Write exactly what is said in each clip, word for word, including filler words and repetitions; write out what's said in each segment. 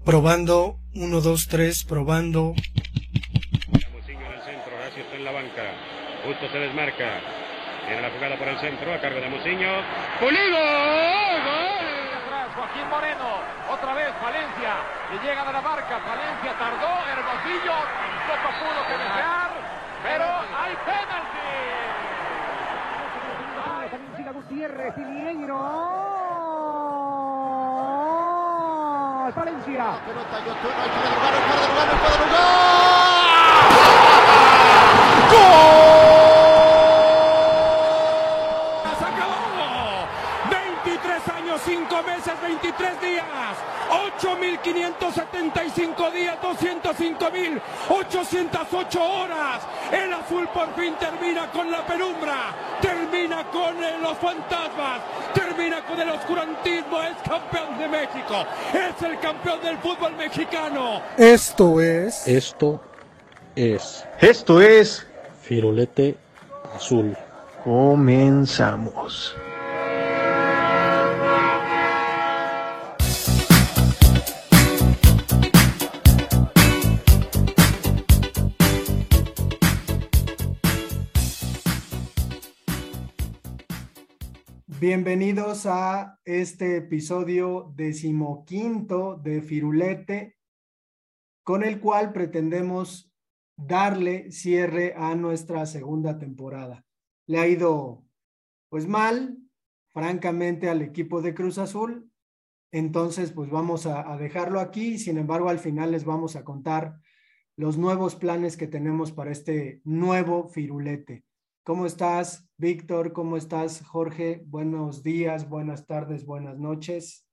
Probando, uno, dos, tres, probando. Muciño en el centro, Horacio está en la banca. Justo se desmarca. Viene la jugada por el centro, a cargo de Muciño. ¡Pulido! ¡Gol! Atrás, Joaquín Moreno. Otra vez Valencia. Que llega de la marca. Valencia tardó. Hermosillo tampoco pudo cabecear. Pero hay penalti. También siga Gutiérrez y Mineiro. Valencia. La pelota yo tú, no hay fuera de lugar, no hay fuera de lugar, no hay fuera de lugar. ¡Gol! ¡Se acabó! veintitrés años, cinco meses, veintitrés días, ocho mil quinientos setenta y cinco días, doscientos cinco mil ochocientas ocho horas. El azul por fin termina con la penumbra, termina con eh, los fantasmas, termina con el oscurantismo. Es campeón de México, es el campeón del fútbol mexicano. Esto es... Esto es Esto es Firulete Azul. Comenzamos. Bienvenidos a este episodio decimoquinto de Firulete, con el cual pretendemos darle cierre a nuestra segunda temporada. Le ha ido pues mal, francamente, al equipo de Cruz Azul, entonces pues vamos a, a dejarlo aquí. Sin embargo, al final les vamos a contar los nuevos planes que tenemos para este nuevo Firulete. ¿Cómo estás, Víctor? ¿Cómo estás, Jorge? Buenos días, buenas tardes, buenas noches.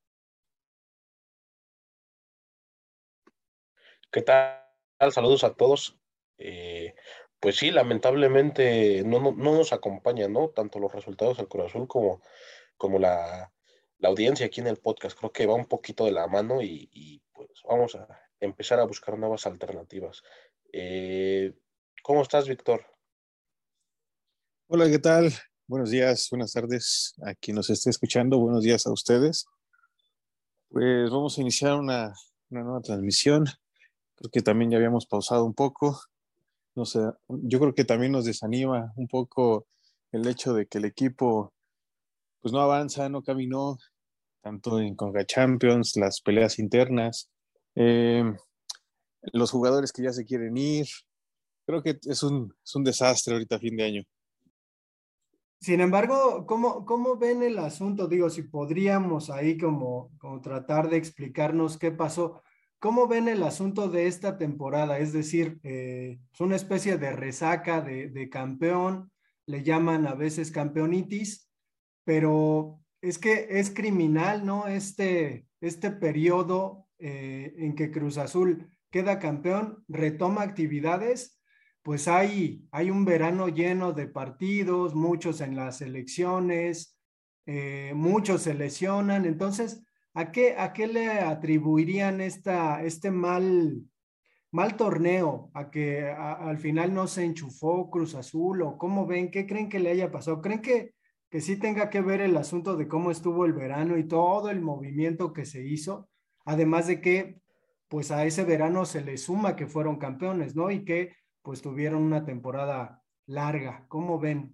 ¿Qué tal? Saludos a todos. Eh, pues sí, lamentablemente no, no, no nos acompaña, ¿no? Tanto los resultados del Cruz Azul como, como la, la audiencia aquí en el podcast. Creo que va un poquito de la mano y, y pues vamos a empezar a buscar nuevas alternativas. Eh, ¿Cómo estás, Víctor? Hola, ¿qué tal? Buenos días, buenas tardes a quien nos esté escuchando. Buenos días a ustedes. Pues vamos a iniciar una, una nueva transmisión. Creo que también ya habíamos pausado un poco. No sé, yo creo que también nos desanima un poco el hecho de que el equipo pues no avanza, no caminó, tanto en Conca Champions, las peleas internas, eh, los jugadores que ya se quieren ir. Creo que es un, es un desastre ahorita a fin de año. Sin embargo, ¿cómo, cómo ven el asunto? Digo, si podríamos ahí como, como tratar de explicarnos qué pasó. ¿Cómo ven el asunto de esta temporada? Es decir, eh, es una especie de resaca de, de campeón, le llaman a veces campeonitis, pero es que es criminal, ¿no? Este, este periodo eh, en que Cruz Azul queda campeón, retoma actividades, pues hay, hay un verano lleno de partidos, muchos en las elecciones, eh, muchos se lesionan. Entonces, ¿a qué, a qué le atribuirían esta, este mal, mal torneo? ¿A que a, al final no se enchufó Cruz Azul? ¿O cómo ven? ¿Qué creen que le haya pasado? ¿Creen que, que sí tenga que ver el asunto de cómo estuvo el verano y todo el movimiento que se hizo? Además de que, pues a ese verano se le suma que fueron campeones, ¿no? Y que pues tuvieron una temporada larga. ¿Cómo ven?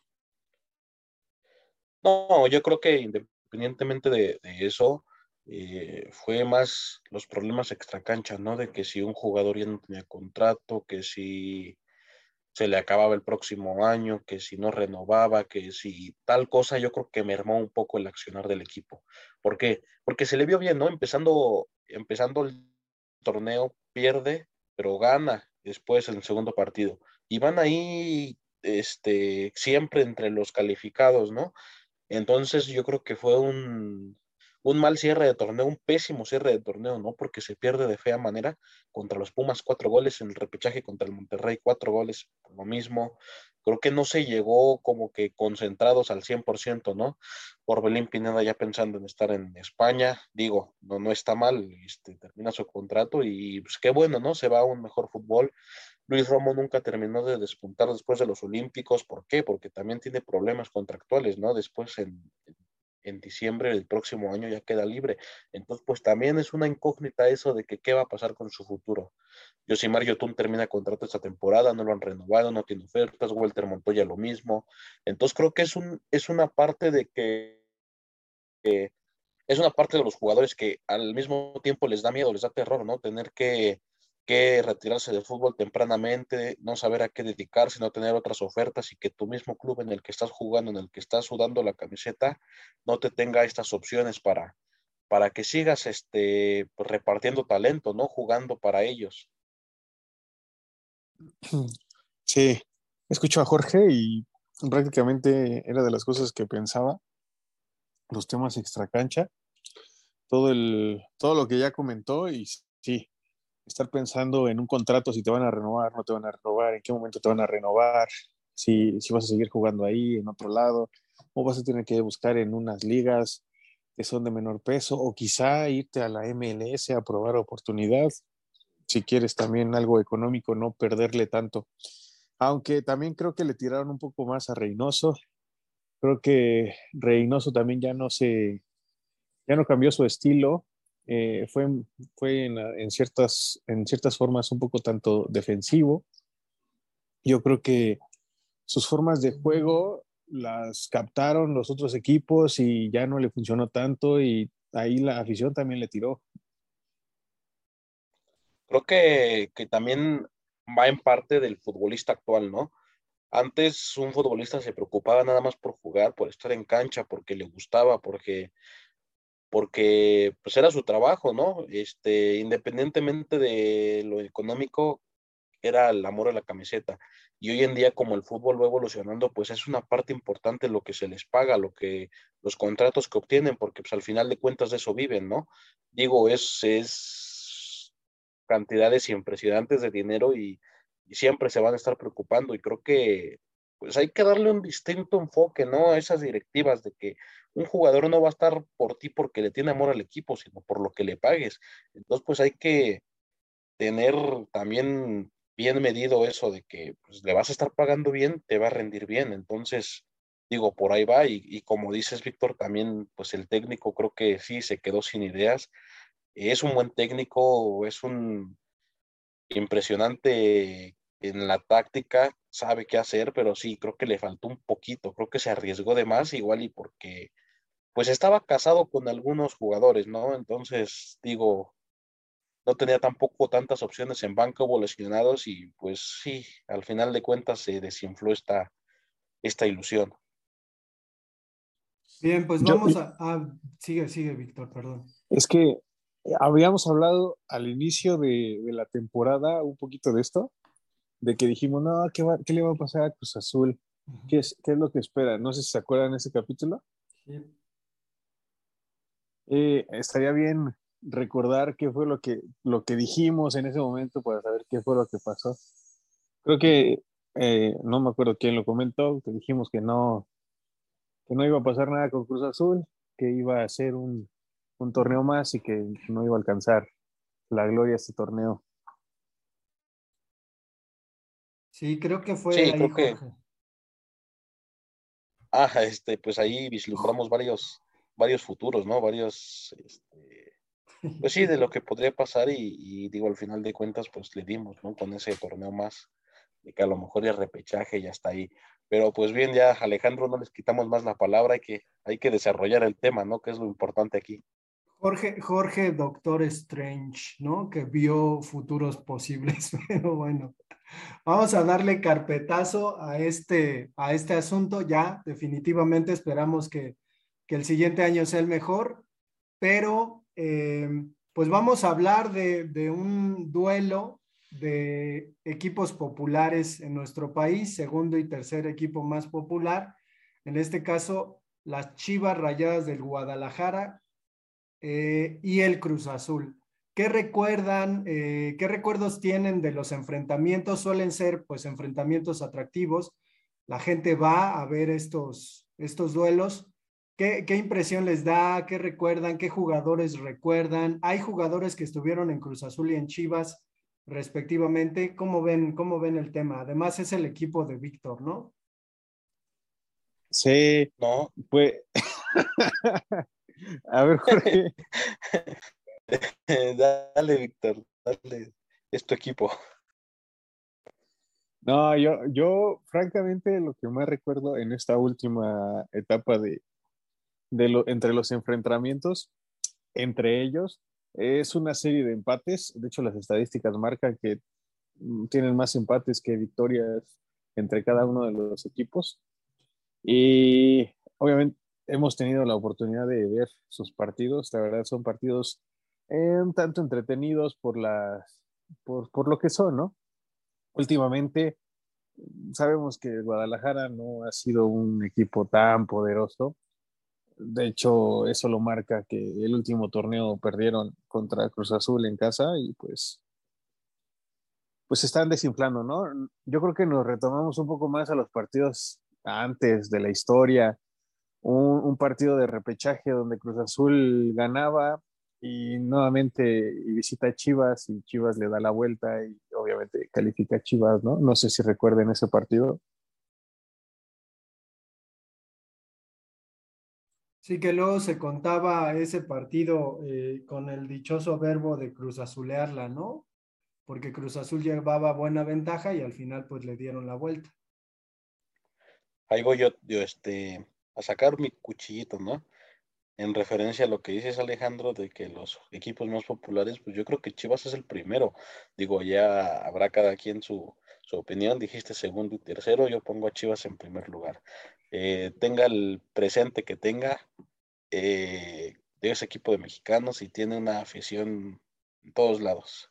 No, yo creo que independientemente de, de eso, eh, fue más los problemas extracancha, ¿no? De que si un jugador ya no tenía contrato, que si se le acababa el próximo año, que si no renovaba, que si tal cosa, yo creo que mermó un poco el accionar del equipo. ¿Por qué? Porque se le vio bien, ¿no? Empezando, empezando el torneo, pierde, pero gana después en el segundo partido. Y van ahí, este, siempre entre los calificados, ¿no? Entonces yo creo que fue un, un mal cierre de torneo, un pésimo cierre de torneo, ¿no? Porque se pierde de fea manera contra los Pumas, cuatro goles en el repechaje contra el Monterrey, cuatro goles por lo mismo. Creo que no se llegó como que concentrados al cien por ciento, ¿no? Orbelín Pineda ya pensando en estar en España, digo, no, no está mal, este, termina su contrato y pues qué bueno, ¿no? Se va a un mejor fútbol. Luis Romo nunca terminó de despuntar después de los Olímpicos. ¿Por qué? Porque también tiene problemas contractuales, ¿no? Después en, en diciembre del próximo año ya queda libre. Entonces, pues también es una incógnita eso de que qué va a pasar con su futuro. Josimar Yotun termina contrato esta temporada, no lo han renovado, no tiene ofertas, Walter Montoya lo mismo. Entonces creo que es, un, es una parte de que, que es una parte de los jugadores que al mismo tiempo les da miedo, les da terror, ¿no? Tener que, que retirarse del fútbol tempranamente, no saber a qué dedicarse, no tener otras ofertas y que tu mismo club en el que estás jugando, en el que estás sudando la camiseta, no te tenga estas opciones para, para que sigas este, pues, repartiendo talento, ¿no? Jugando para ellos. Sí, escucho a Jorge y prácticamente era de las cosas que pensaba, los temas extracancha, todo el, todo lo que ya comentó y sí, estar pensando en un contrato, si te van a renovar, no te van a renovar, en qué momento te van a renovar, si, si vas a seguir jugando ahí, en otro lado, o vas a tener que buscar en unas ligas que son de menor peso, o quizá irte a la M L S a probar oportunidad, si quieres también algo económico, no perderle tanto. Aunque también creo que le tiraron un poco más a Reynoso, creo que Reynoso también ya no se, ya no cambió su estilo, eh, fue, fue en, en, ciertas, en ciertas formas un poco tanto defensivo. Yo creo que sus formas de juego las captaron los otros equipos y ya no le funcionó tanto y ahí la afición también le tiró. Creo que, que también va en parte del futbolista actual, ¿no? Antes un futbolista se preocupaba nada más por jugar, por estar en cancha, porque le gustaba, porque porque pues era su trabajo, ¿no? Este, independientemente de lo económico, era el amor a la camiseta. Y hoy en día, como el fútbol va evolucionando, pues es una parte importante lo que se les paga, lo que, los contratos que obtienen, porque pues al final de cuentas de eso viven, ¿no? Digo, es, es cantidades impresionantes de dinero y, y siempre se van a estar preocupando y creo que pues hay que darle un distinto enfoque, ¿no? A esas directivas de que un jugador no va a estar por ti porque le tiene amor al equipo, sino por lo que le pagues. Entonces, pues hay que tener también bien medido eso de que pues, le vas a estar pagando bien, te va a rendir bien. Entonces, digo, por ahí va. Y, y como dices, Víctor, también, pues el técnico creo que sí se quedó sin ideas. Es un buen técnico, es un impresionante en la táctica, sabe qué hacer, pero sí, creo que le faltó un poquito, creo que se arriesgó de más, igual y porque pues estaba casado con algunos jugadores, ¿no? Entonces, digo, no tenía tampoco tantas opciones en banca, hubo lesionados y pues sí, al final de cuentas se desinfló esta, esta ilusión. Bien, pues Yo, vamos a, a... Sigue, sigue, Víctor, perdón. es que habíamos hablado al inicio de, de la temporada un poquito de esto, de que dijimos, no, ¿qué, va, qué le va a pasar a Cruz Azul? ¿Qué es, qué es lo que espera? No sé si se acuerdan de ese capítulo. Sí. Eh, estaría bien recordar qué fue lo que, lo que dijimos en ese momento para saber qué fue lo que pasó. Creo que, eh, no me acuerdo quién lo comentó, que dijimos que no, que no iba a pasar nada con Cruz Azul, que iba a ser un, un torneo más y que no iba a alcanzar la gloria este torneo. Sí, creo que fue Sí, ahí, creo que, Jorge. ah, este, pues ahí vislumbramos varios, varios futuros, ¿no? Varios, este, pues sí, de lo que podría pasar y, y digo, al final de cuentas, pues le dimos, ¿no? Con ese torneo más, de que a lo mejor ya repechaje ya está ahí. Pero pues bien, ya Alejandro, no les quitamos más la palabra, hay que, hay que desarrollar el tema, ¿no? Que es lo importante aquí. Jorge, Jorge, Doctor Strange, ¿no? Que vio futuros posibles, pero bueno, vamos a darle carpetazo a este, a este asunto ya, definitivamente esperamos que, que el siguiente año sea el mejor, pero eh, pues vamos a hablar de, de un duelo de equipos populares en nuestro país, segundo y tercer equipo más popular, en este caso las Chivas Rayadas del Guadalajara eh, y el Cruz Azul. ¿Qué recuerdan, eh, qué recuerdos tienen de los enfrentamientos? Suelen ser pues enfrentamientos atractivos. La gente va a ver estos, estos duelos. ¿Qué, ¿Qué impresión les da? ¿Qué recuerdan? ¿Qué jugadores recuerdan? Hay jugadores que estuvieron en Cruz Azul y en Chivas respectivamente. ¿Cómo ven, cómo ven el tema? Además es el equipo de Víctor, ¿no? Sí, No, pues A ver, Jorge. Dale, Víctor, dale. Es tu equipo. No, yo, yo francamente lo que más recuerdo en esta última etapa de, de lo, entre los enfrentamientos, entre ellos, es una serie de empates. De hecho, las estadísticas marcan que mm, tienen más empates que victorias entre cada uno de los equipos. Y obviamente hemos tenido la oportunidad de ver sus partidos. La verdad son partidos eh, un tanto entretenidos por, las, por, por lo que son, ¿no? Últimamente sabemos que Guadalajara no ha sido un equipo tan poderoso. De hecho, eso lo marca que el último torneo perdieron contra Cruz Azul en casa y pues, pues se están desinflando, ¿no? Yo creo que nos retomamos un poco más a los partidos antes de la historia, un, un partido de repechaje donde Cruz Azul ganaba y nuevamente y visita a Chivas y Chivas le da la vuelta y obviamente califica a Chivas, ¿no? No sé si recuerden ese partido. Sí, que luego se contaba ese partido eh, con el dichoso verbo de Cruz Azulearla, ¿no? Porque Cruz Azul llevaba buena ventaja y al final pues le dieron la vuelta. Ahí voy yo, yo este, a sacar mi cuchillito, ¿no? En referencia a lo que dices, Alejandro, de que los equipos más populares, pues yo creo que Chivas es el primero. Digo, ya habrá cada quien su, su opinión. Dijiste segundo y tercero, yo pongo a Chivas en primer lugar. Eh, tenga el presente que tenga, eh, de ese equipo de mexicanos y tiene una afición en todos lados.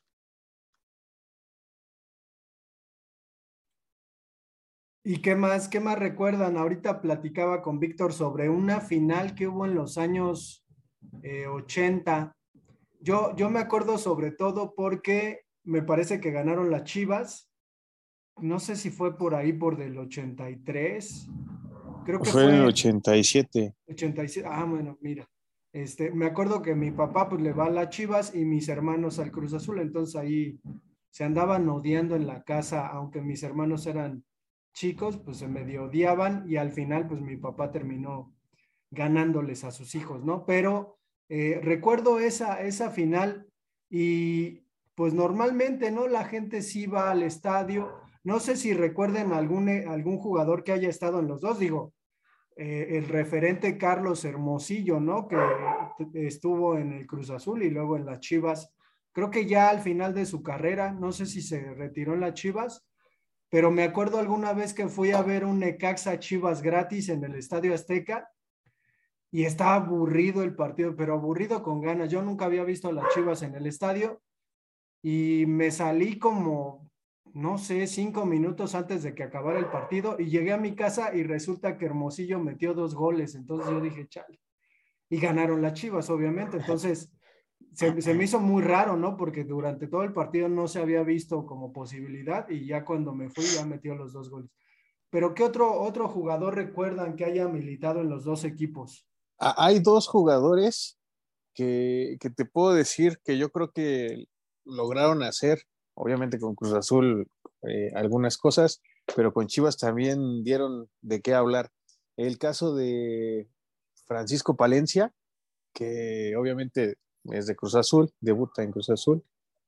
¿Y qué más, qué más recuerdan? Ahorita platicaba con Víctor sobre una final que hubo en los años eh, ochenta. Yo, yo me acuerdo sobre todo porque me parece que ganaron las Chivas. No sé si fue por ahí, por del ochenta y tres. Creo que Fue en el fue ochenta y siete. ochenta y siete. Ah, bueno, mira. Este, me acuerdo que mi papá pues le va a las Chivas y mis hermanos al Cruz Azul, entonces ahí se andaban odiando en la casa, aunque mis hermanos eran chicos, pues se medio odiaban y al final pues mi papá terminó ganándoles a sus hijos, ¿no? Pero eh, recuerdo esa, esa final y pues normalmente, ¿no? La gente sí va al estadio. No sé si recuerden algún, algún jugador que haya estado en los dos, digo, eh, el referente Carlos Hermosillo, ¿no? Que estuvo en el Cruz Azul y luego en las Chivas. Creo que ya al final de su carrera, no sé si se retiró en las Chivas, pero me acuerdo alguna vez que fui a ver un Necaxa Chivas gratis en el Estadio Azteca y estaba aburrido el partido, pero aburrido con ganas. Yo nunca había visto a las Chivas en el estadio y me salí como, no sé, cinco minutos antes de que acabara el partido y llegué a mi casa y resulta que Hermosillo metió dos goles. Entonces yo dije, chale. Y ganaron las Chivas, obviamente. Entonces se, se me hizo muy raro, ¿no? Porque durante todo el partido no se había visto como posibilidad y ya cuando me fui ya metió los dos goles. Pero ¿qué otro, otro jugador recuerdan que haya militado en los dos equipos? Hay dos jugadores que, que te puedo decir que yo creo que lograron hacer, obviamente con Cruz Azul, eh, algunas cosas, pero con Chivas también dieron de qué hablar. El caso de Francisco Palencia, que obviamente es de Cruz Azul, debuta en Cruz Azul,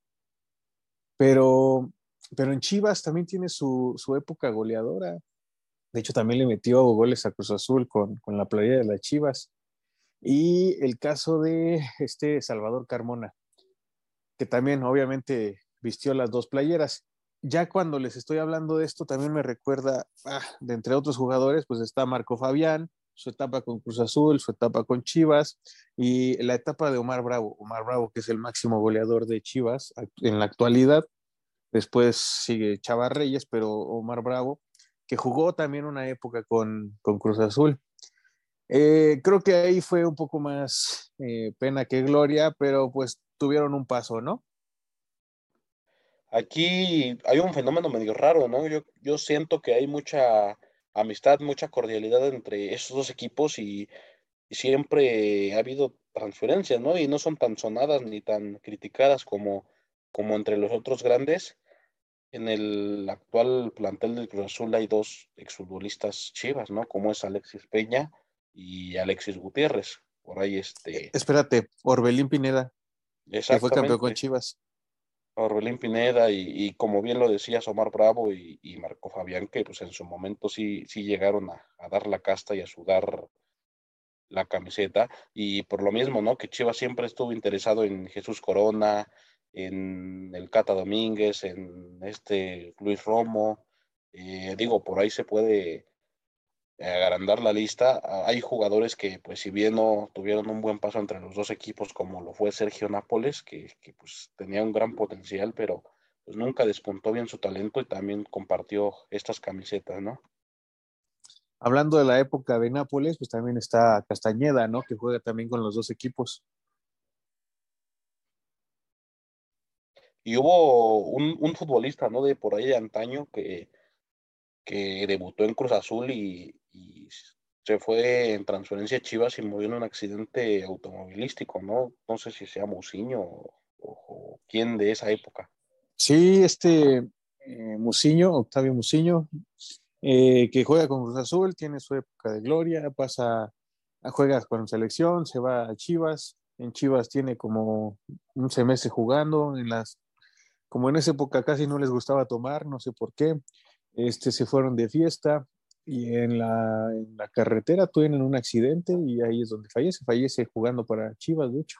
pero, pero en Chivas también tiene su, su época goleadora. De hecho, también le metió goles a Cruz Azul con, con la playera de las Chivas. Y el caso de este Salvador Carmona, que también obviamente vistió las dos playeras. Ya cuando les estoy hablando de esto, también me recuerda, ah, de entre otros jugadores, pues está Marco Fabián, su etapa con Cruz Azul, su etapa con Chivas y la etapa de Omar Bravo. Omar Bravo, que es el máximo goleador de Chivas en la actualidad. Después sigue Chava Reyes, pero Omar Bravo, que jugó también una época con, con Cruz Azul. Eh, creo que ahí fue un poco más eh, pena que gloria, pero pues tuvieron un paso, ¿no? Aquí hay un fenómeno medio raro, ¿no? Yo, yo siento que hay mucha amistad, mucha cordialidad entre esos dos equipos y, y siempre ha habido transferencias, ¿no? Y no son tan sonadas ni tan criticadas como, como entre los otros grandes. En el actual plantel del Cruz Azul hay dos exfutbolistas Chivas, ¿no? Como es Alexis Peña y Alexis Gutiérrez. Por ahí este. Espérate, Orbelín Pineda, que fue campeón con Exactamente. Chivas. Orbelín Pineda y, y como bien lo decías, Omar Bravo y, y Marco Fabián, que pues en su momento sí, sí llegaron a, a dar la casta y a sudar la camiseta, y por lo mismo, ¿no? Que Chivas siempre estuvo interesado en Jesús Corona, en el Cata Domínguez, en este Luis Romo, eh, digo, por ahí se puede agrandar la lista. Hay jugadores que, pues, si bien no tuvieron un buen paso entre los dos equipos, como lo fue Sergio Nápoles, que, que pues tenía un gran potencial, pero pues nunca despuntó bien su talento y también compartió estas camisetas, ¿no? Hablando de la época de Nápoles, pues también está Castañeda, ¿no? Que juega también con los dos equipos. Y hubo un, un futbolista, ¿no? De por ahí de antaño que, que debutó en Cruz Azul y, y se fue en transferencia a Chivas y murió en un accidente automovilístico, ¿no? No sé si sea Muciño o, o quién de esa época. Sí, este eh, Muciño, Octavio Muciño, eh, que juega con Cruz Azul, tiene su época de gloria, pasa a juega con selección, se va a Chivas. En Chivas tiene como un semestre jugando, en las, como en esa época casi no les gustaba tomar, no sé por qué. Este, se fueron de fiesta y en la, en la carretera tuvieron un accidente y ahí es donde fallece, fallece jugando para Chivas, de hecho.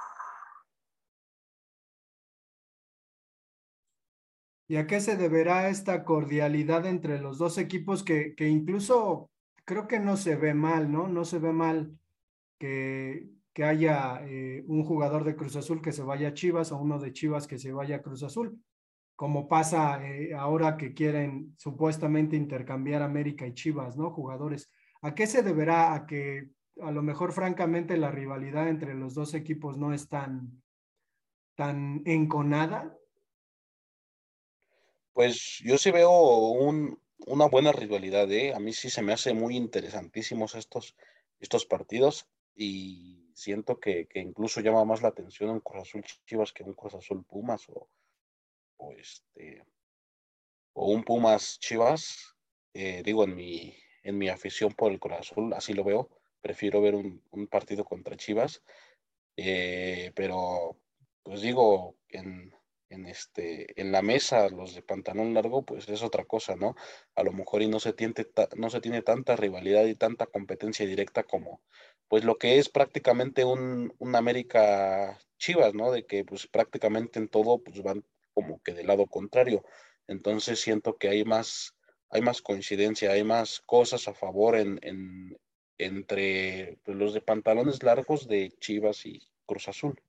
¿Y a qué se deberá esta cordialidad entre los dos equipos que, que incluso creo que no se ve mal, ¿no? No se ve mal que, que haya eh, un jugador de Cruz Azul que se vaya a Chivas o uno de Chivas que se vaya a Cruz Azul, como pasa eh, ahora que quieren supuestamente intercambiar América y Chivas, ¿no? Jugadores. ¿A qué se deberá? A que a lo mejor francamente la rivalidad entre los dos equipos no es tan, tan enconada. Pues yo sí veo un, una buena rivalidad, ¿eh? A mí sí se me hace muy interesantísimos estos, estos partidos y siento que, que incluso llama más la atención un Cruz Azul Chivas que un Cruz Azul Pumas o, o este o un Pumas Chivas. Eh, digo, en mi, en mi afición por el Cruz Azul, así lo veo. Prefiero ver un, un partido contra Chivas. Eh, pero, pues digo, en, en, este, en la mesa, los de pantalón largo, pues es otra cosa, ¿no? A lo mejor y no se tiene, no se tiene tanta rivalidad y tanta competencia directa como, pues lo que es prácticamente un, un América Chivas, ¿no? De que pues prácticamente en todo, pues van como que del lado contrario. Entonces siento que hay más, hay más coincidencia, hay más cosas a favor en, en, entre pues, los de pantalones largos de Chivas y Cruz Azul.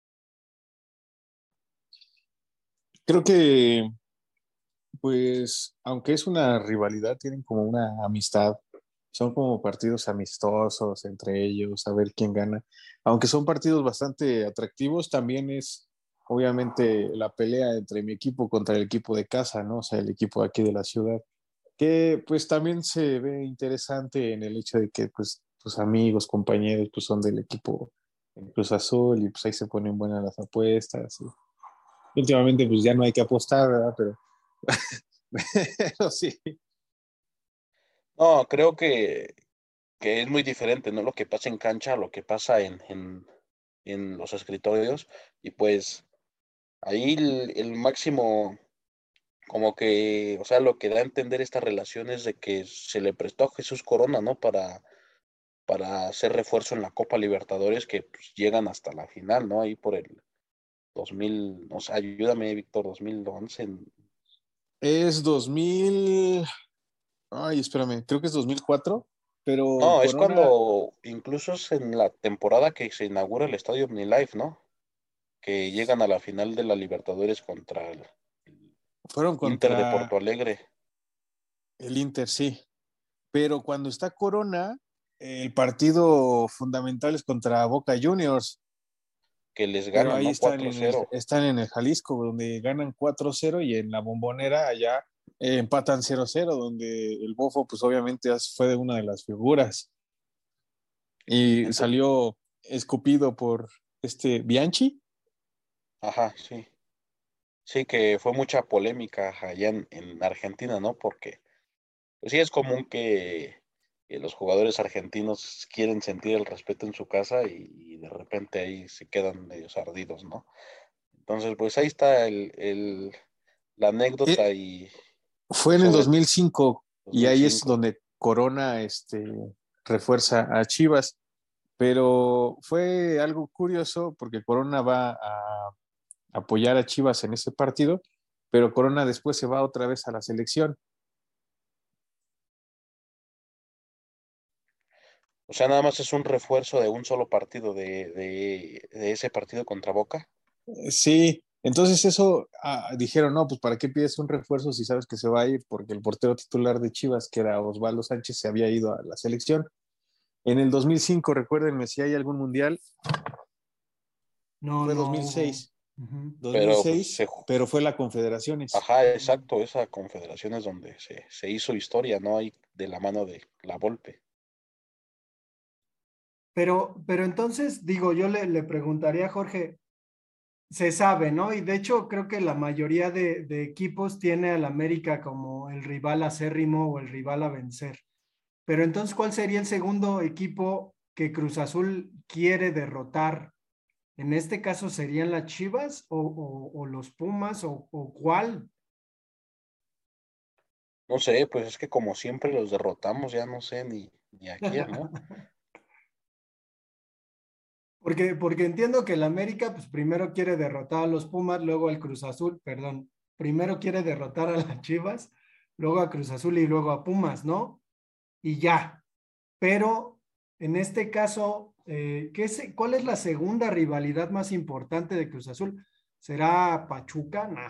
Creo que, pues, aunque es una rivalidad, tienen como una amistad. Son como partidos amistosos entre ellos, a ver quién gana. Aunque son partidos bastante atractivos, también es obviamente la pelea entre mi equipo contra el equipo de casa, ¿no? O sea, el equipo de aquí de la ciudad, que pues también se ve interesante en el hecho de que pues tus amigos, compañeros, pues son del equipo en Cruz Azul y pues ahí se ponen buenas las apuestas. Y últimamente pues ya no hay que apostar, ¿verdad? Pero, pero sí. No, creo que, que es muy diferente, ¿no? Lo que pasa en cancha a lo que pasa en, en, en los escritorios. Y pues ahí el, el máximo, como que, o sea, lo que da a entender esta relación es de que se le prestó a Jesús Corona, ¿no? Para, para hacer refuerzo en la Copa Libertadores, que pues, llegan hasta la final, ¿no? Ahí por el dos mil, o sea, ayúdame, Víctor, dos mil once. Es dos mil, ay, espérame, creo que es dos mil cuatro, pero No, es Corona cuando incluso es en la temporada que se inaugura el estadio OmniLife, ¿no? Que llegan a la final de la Libertadores contra el fueron Inter de contra Porto Alegre, el Inter, sí. Pero cuando está Corona, el partido fundamental es contra Boca Juniors, que les pero ganan, ahí ¿no? están cuatro en el, cero. están en el Jalisco, donde ganan cuatro cero y en la Bombonera allá eh, empatan cero cero, donde el Bofo pues obviamente fue de una de las figuras y Entonces, salió escupido por este Bianchi. ajá, sí. Sí, que fue mucha polémica allá en, en Argentina, ¿no? Porque pues sí es común que, eh, los jugadores argentinos quieren sentir el respeto en su casa y, y de repente ahí se quedan medio ardidos, ¿no? Entonces, pues ahí está el, el, la Eh, anécdota y, fue y en el sobre dos mil cinco y ahí es dos mil cinco. donde Corona este, refuerza a Chivas, pero fue algo curioso porque Corona va a apoyar a Chivas en ese partido, pero Corona después se va otra vez a la selección. O sea, nada más es un refuerzo de un solo partido, de, de, de ese partido contra Boca. Sí, entonces eso ah, dijeron, no, pues ¿para qué pides un refuerzo si sabes que se va a ir? Porque el portero titular de Chivas, que era Osvaldo Sánchez, se había ido a la selección. En el dos mil cinco, recuérdenme si hay algún mundial, No, fue no hubo. dos mil seis, Ujú. Pero pues dos mil seis, se, pero fue la Confederaciones. ajá, exacto, esa confederación es donde se, se hizo historia, ¿no? Ahí de la mano de la Volpe. Pero, pero entonces, digo, yo le, le preguntaría a Jorge, se sabe, ¿no? Y de hecho creo que la mayoría de, de equipos tiene al América como el rival acérrimo o el rival a vencer. Pero entonces, ¿cuál sería el segundo equipo que Cruz Azul quiere derrotar? En este caso, ¿serían las Chivas o, o, o los Pumas o, o cuál? No sé, pues es que como siempre los derrotamos, ya no sé ni, ni a quién, ¿no? Porque, porque entiendo que el América, pues primero quiere derrotar a los Pumas, luego al Cruz Azul, perdón, primero quiere derrotar a las Chivas, luego a Cruz Azul y luego a Pumas, ¿no? Y ya. Pero en este caso, eh, ¿qué es, ¿cuál es la segunda rivalidad más importante de Cruz Azul? ¿Será Pachuca? Nah.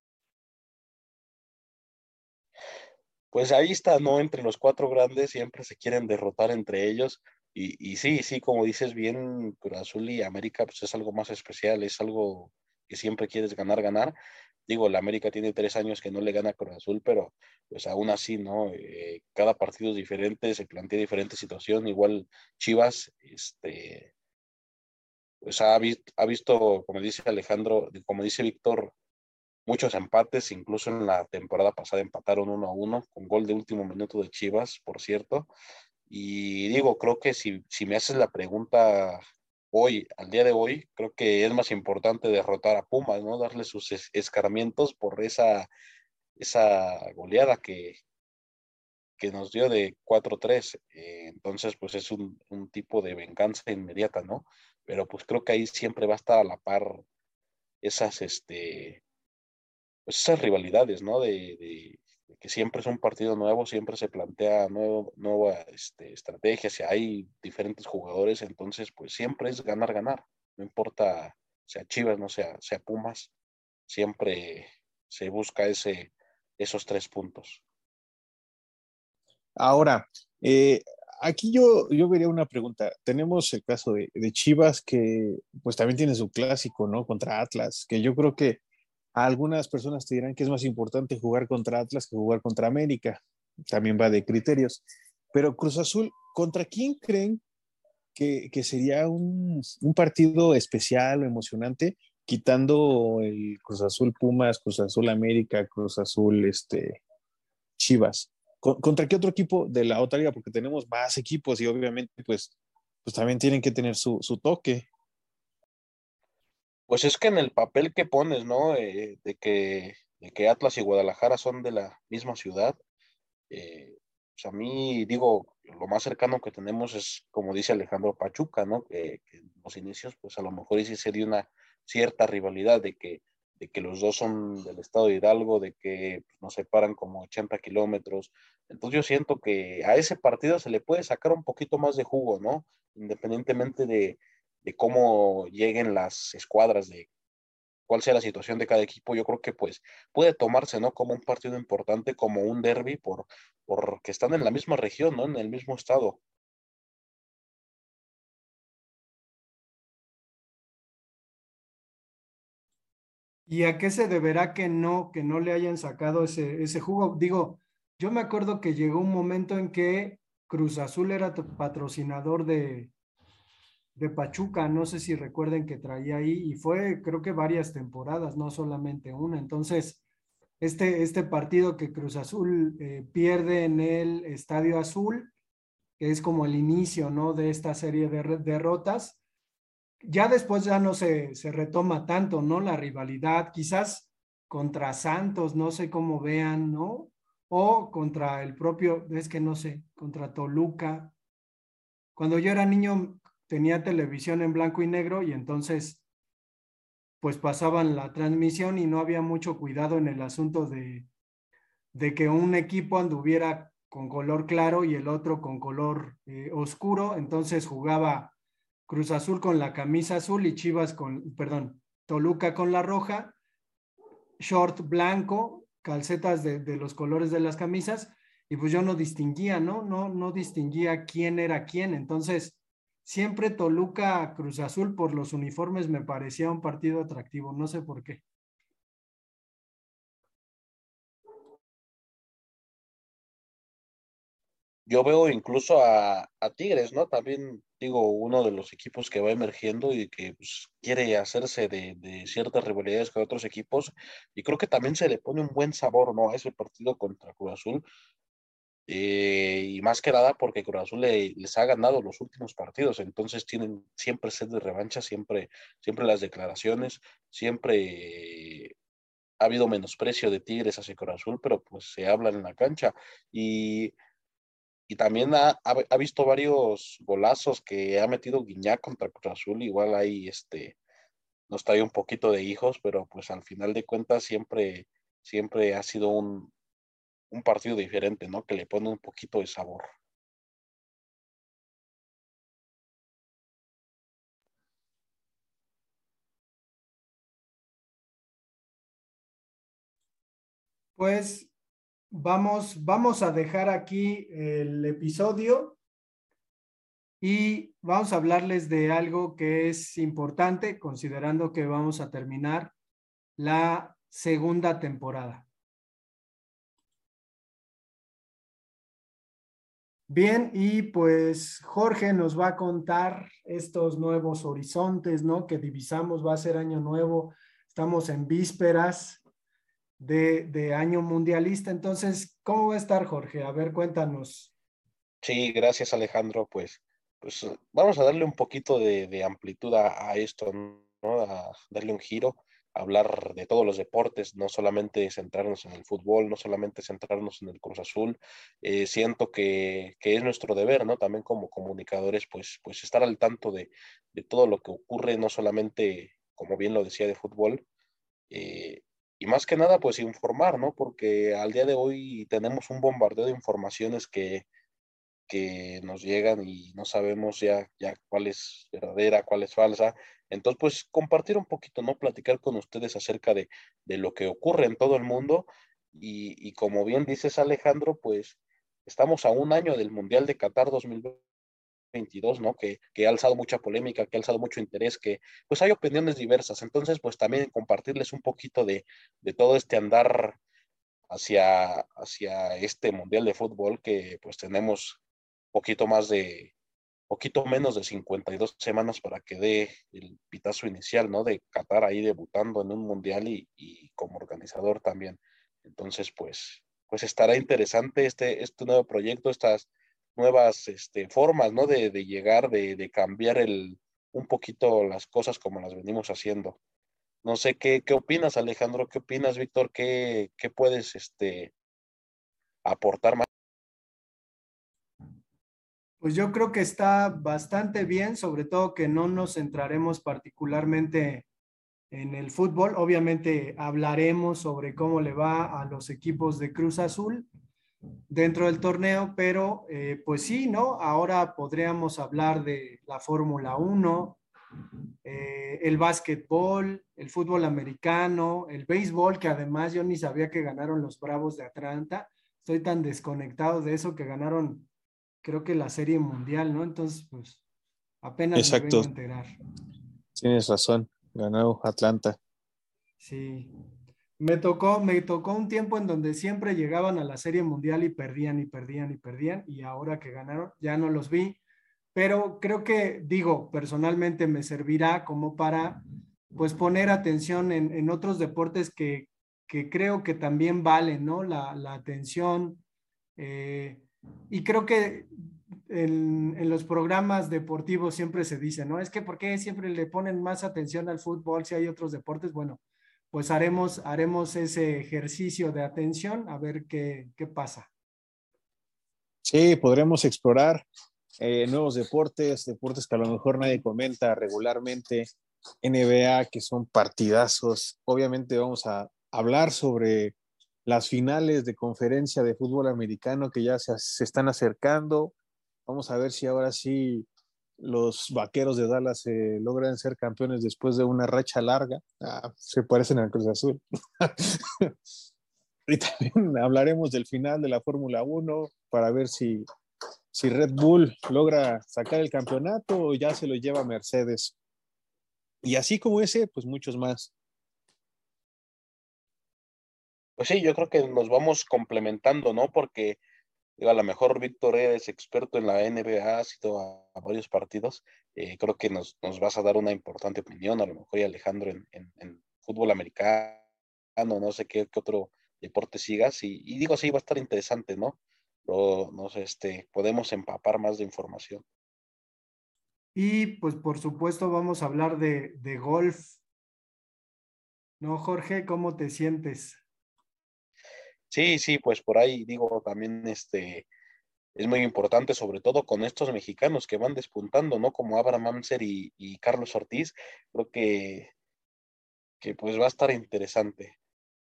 Pues ahí está, ¿no? Entre los cuatro grandes siempre se quieren derrotar entre ellos. Y, y sí, sí, como dices bien, Cruz Azul y América, pues es algo más especial, es algo que siempre quieres ganar, ganar. Digo, la América tiene tres años que no le gana a Cruz Azul, pero pues aún así, ¿no? Eh, cada partido es diferente, se plantea diferente situación. Igual Chivas, este, pues ha, visto, ha visto, como dice Alejandro, como dice Víctor, muchos empates, incluso en la temporada pasada empataron uno a uno, con gol de último minuto de Chivas, por cierto. Y digo, creo que si, si me haces la pregunta hoy, al día de hoy, creo que es más importante derrotar a Pumas, ¿no? Darle sus es- escarmientos por esa, esa goleada que, que nos dio de cuatro tres. Eh, entonces, pues es un, un tipo de venganza inmediata, ¿no? Pero pues creo que ahí siempre va a estar a la par esas, este, pues esas rivalidades, ¿no? De, de- de que siempre es un partido nuevo, siempre se plantea nuevo, nueva este, estrategia, si hay diferentes jugadores, entonces pues siempre es ganar, ganar, no importa sea Chivas, no sea, sea Pumas, siempre se busca ese, esos tres puntos. Ahora, eh, aquí yo, yo vería una pregunta. Tenemos el caso de, de Chivas que pues también tiene su clásico, ¿no? Contra Atlas, que yo creo que a algunas personas te dirán que es más importante jugar contra Atlas que jugar contra América. También va de criterios. Pero Cruz Azul, ¿contra quién creen que, que sería un, un partido especial o emocionante, quitando el Cruz Azul Pumas, Cruz Azul América, Cruz Azul este, Chivas? ¿Con- ¿Contra qué otro equipo de la otra liga? Porque tenemos más equipos y obviamente pues, pues también tienen que tener su, su toque. Pues es que en el papel que pones, ¿no? Eh, de que, de que Atlas y Guadalajara son de la misma ciudad, eh, pues a mí digo, lo más cercano que tenemos es, como dice Alejandro, Pachuca, ¿no? Que, que en los inicios, pues a lo mejor sí se dio una cierta rivalidad de que, de que los dos son del estado de Hidalgo, de que pues, nos separan como ochenta kilómetros. Entonces yo siento que a ese partido se le puede sacar un poquito más de jugo, ¿no? Independientemente de, de cómo lleguen las escuadras, de cuál sea la situación de cada equipo, yo creo que pues puede tomarse, ¿no? Como un partido importante, como un derbi, por, porque están en la misma región, ¿no? En el mismo estado. ¿Y a qué se deberá que no, que no le hayan sacado ese, ese jugo? Digo, yo me acuerdo que llegó un momento en que Cruz Azul era t- patrocinador de, de Pachuca, no sé si recuerden que traía ahí, y fue creo que varias temporadas, no solamente una. Entonces, este, este partido que Cruz Azul eh, pierde en el Estadio Azul, que es como el inicio, ¿no? De esta serie de derrotas. Ya después ya no se, se retoma tanto, ¿no? La rivalidad, quizás contra Santos, no sé cómo vean, ¿no? O contra el propio, es que no sé, contra Toluca. Cuando yo era niño tenía televisión en blanco y negro y entonces pues pasaban la transmisión y no había mucho cuidado en el asunto de, de que un equipo anduviera con color claro y el otro con color eh, oscuro, entonces jugaba Cruz Azul con la camisa azul y Chivas con, perdón, Toluca con la roja, short blanco, calcetas de, de los colores de las camisas, y pues yo no distinguía, ¿no? No, no distinguía quién era quién, entonces siempre Toluca Cruz Azul por los uniformes me parecía un partido atractivo, no sé por qué. Yo veo incluso a, a Tigres, ¿no? También digo, uno de los equipos que va emergiendo y que pues, quiere hacerse de, de ciertas rivalidades con otros equipos, y creo que también se le pone un buen sabor, ¿no? A ese partido contra Cruz Azul, eh, y más que nada porque Cruz Azul le, les ha ganado los últimos partidos, entonces tienen siempre sed de revancha, siempre, siempre las declaraciones, siempre eh, ha habido menosprecio de Tigres hacia Cruz Azul, pero pues se hablan en la cancha, y y también ha, ha, ha visto varios golazos que ha metido Guiñac contra Cruz Azul. Igual ahí este, nos trae un poquito de hijos, pero pues al final de cuentas siempre, siempre ha sido un, un partido diferente, ¿no? Que le pone un poquito de sabor. Pues vamos, vamos a dejar aquí el episodio y vamos a hablarles de algo que es importante, considerando que vamos a terminar la segunda temporada. Bien, y pues Jorge nos va a contar estos nuevos horizontes, ¿no? Que divisamos, va a ser año nuevo, estamos en vísperas de, de año mundialista, entonces, ¿cómo va a estar Jorge? A ver, cuéntanos. Sí, gracias Alejandro. Pues, pues vamos a darle un poquito de, de amplitud a, a esto, ¿no? A darle un giro, a hablar de todos los deportes, no solamente centrarnos en el fútbol, no solamente centrarnos en el Cruz Azul. Eh, siento que, que es nuestro deber, ¿no? También como comunicadores, pues, pues estar al tanto de, de todo lo que ocurre, no solamente, como bien lo decía, de fútbol. Eh, y más que nada, pues informar, ¿no? Porque al día de hoy tenemos un bombardeo de informaciones que que nos llegan y no sabemos ya, ya cuál es verdadera, cuál es falsa. Entonces, pues compartir un poquito, ¿no? Platicar con ustedes acerca de, de lo que ocurre en todo el mundo. Y, y como bien dices, Alejandro, pues estamos a un año del Mundial de Qatar dos mil veintidós, ¿no? Que, que ha alzado mucha polémica, que ha alzado mucho interés, que pues hay opiniones diversas. Entonces, pues también compartirles un poquito de, de todo este andar hacia, hacia este Mundial de Fútbol que pues tenemos poquito más de, poquito menos de cincuenta y dos semanas para que dé el pitazo inicial, ¿no? De Qatar ahí debutando en un mundial y, y como organizador también. Entonces, pues, pues estará interesante este, este nuevo proyecto, estas nuevas este, formas, ¿no? De, de llegar, de, de cambiar el, un poquito las cosas como las venimos haciendo. No sé qué, qué opinas, Alejandro, qué opinas, Víctor, qué, qué puedes este, aportar más. Pues yo creo que está bastante bien, sobre todo que no nos centraremos particularmente en el fútbol. Obviamente hablaremos sobre cómo le va a los equipos de Cruz Azul dentro del torneo, pero eh, pues sí, ¿no? Ahora podríamos hablar de la Fórmula uno, eh, el básquetbol, el fútbol americano, el béisbol, que además yo ni sabía que ganaron los Bravos de Atlanta. Estoy tan desconectado de eso que ganaron, creo que la Serie Mundial, ¿no? Entonces, pues apenas me vengo Exacto, a enterar. tienes razón, ganó Atlanta. Sí. Me tocó, me tocó un tiempo en donde siempre llegaban a la Serie Mundial y perdían y perdían y perdían, y ahora que ganaron ya no los vi, pero creo que, digo, personalmente me servirá como para, pues, poner atención en, en otros deportes que, que creo que también valen, ¿no? La, la atención, eh, y creo que en, en los programas deportivos siempre se dice, ¿no? Es que ¿por qué siempre le ponen más atención al fútbol si hay otros deportes? Bueno, pues haremos, haremos ese ejercicio de atención a ver qué, qué pasa. Sí, podremos explorar eh, nuevos deportes, deportes que a lo mejor nadie comenta regularmente, N B A, que son partidazos. Obviamente vamos a hablar sobre las finales de conferencia de fútbol americano que ya se, se están acercando. Vamos a ver si ahora sí los Vaqueros de Dallas eh, logran ser campeones después de una racha larga. Ah, se parecen al Cruz Azul. Y también hablaremos del final de la Fórmula uno para ver si, si Red Bull logra sacar el campeonato o ya se lo lleva Mercedes. Y así como ese, pues muchos más. Pues sí, yo creo que nos vamos complementando, ¿no? Porque digo, a lo mejor Víctor eres experto en la N B A, has ido a, a varios partidos, eh, creo que nos, nos vas a dar una importante opinión, a lo mejor y Alejandro en, en, en fútbol americano, no sé qué, qué otro deporte sigas, y, y digo, sí, va a estar interesante, ¿no? Pero, no sé, este, podemos empapar más de información. Y pues por supuesto vamos a hablar de, de golf. ¿No, Jorge? ¿Cómo te sientes? Sí, sí, pues por ahí digo, también este es muy importante, sobre todo con estos mexicanos que van despuntando, ¿no? Como Abraham Amser y, y Carlos Ortiz, creo que, que pues va a estar interesante.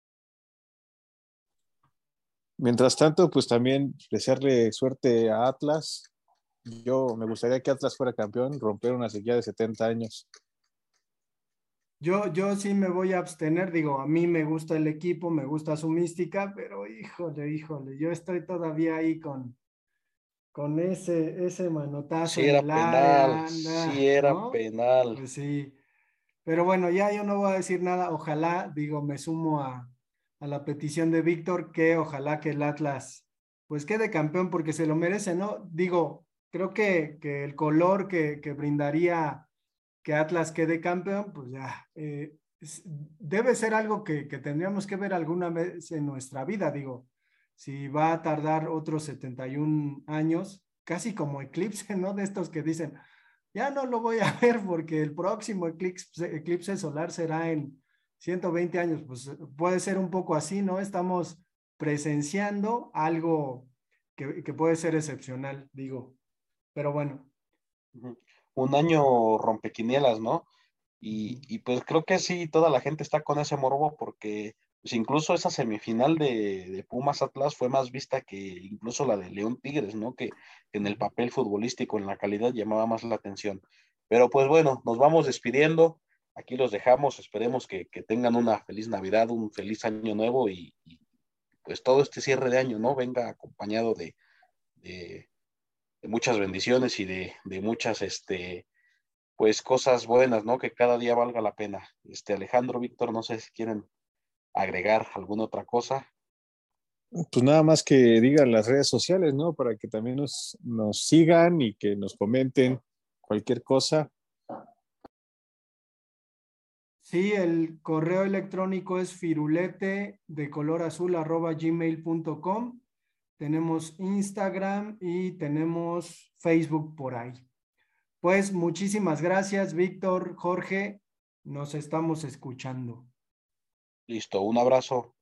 Mientras tanto, pues también desearle suerte a Atlas. Yo me gustaría que Atlas fuera campeón, romper una sequía de setenta años. Yo, yo sí me voy a abstener, digo, a mí me gusta el equipo, me gusta su mística, pero híjole, híjole, yo estoy todavía ahí con, con ese, ese manotazo Sí en era el penal, área, sí anda, era ¿no? penal. Pues sí, pero bueno, ya yo no voy a decir nada, ojalá, digo, me sumo a, a la petición de Víctor, que ojalá que el Atlas pues quede campeón porque se lo merece, ¿no? Digo, creo que, que el color que, que brindaría que Atlas quede campeón, pues ya, eh, es, debe ser algo que, que tendríamos que ver alguna vez en nuestra vida, digo, si va a tardar otros setenta y un años, casi como eclipse, ¿no? De estos que dicen, ya no lo voy a ver porque el próximo eclipse, eclipse solar será en ciento veinte años, pues puede ser un poco así, ¿no? Estamos presenciando algo que, que puede ser excepcional, digo, pero bueno. Un año rompequinielas, ¿no? Y, y pues creo que sí, toda la gente está con ese morbo porque pues incluso esa semifinal de, de Pumas Atlas fue más vista que incluso la de León Tigres, ¿no? Que, que en el papel futbolístico, en la calidad, llamaba más la atención. Pero pues bueno, nos vamos despidiendo. Aquí los dejamos. Esperemos que, que tengan una feliz Navidad, un feliz año nuevo y, y pues todo este cierre de año, ¿no? Venga acompañado de, de, de muchas bendiciones y de, de muchas, este, pues cosas buenas, ¿no? Que cada día valga la pena. Este, Alejandro, Víctor, no sé si quieren agregar alguna otra cosa. Pues nada más que digan las redes sociales, ¿no? Para que también nos, nos sigan y que nos comenten cualquier cosa. Sí, el correo electrónico es firulete de color azul arroba gmail punto com. Tenemos Instagram y tenemos Facebook por ahí. Pues muchísimas gracias, Víctor, Jorge. Nos estamos escuchando. Listo, un abrazo.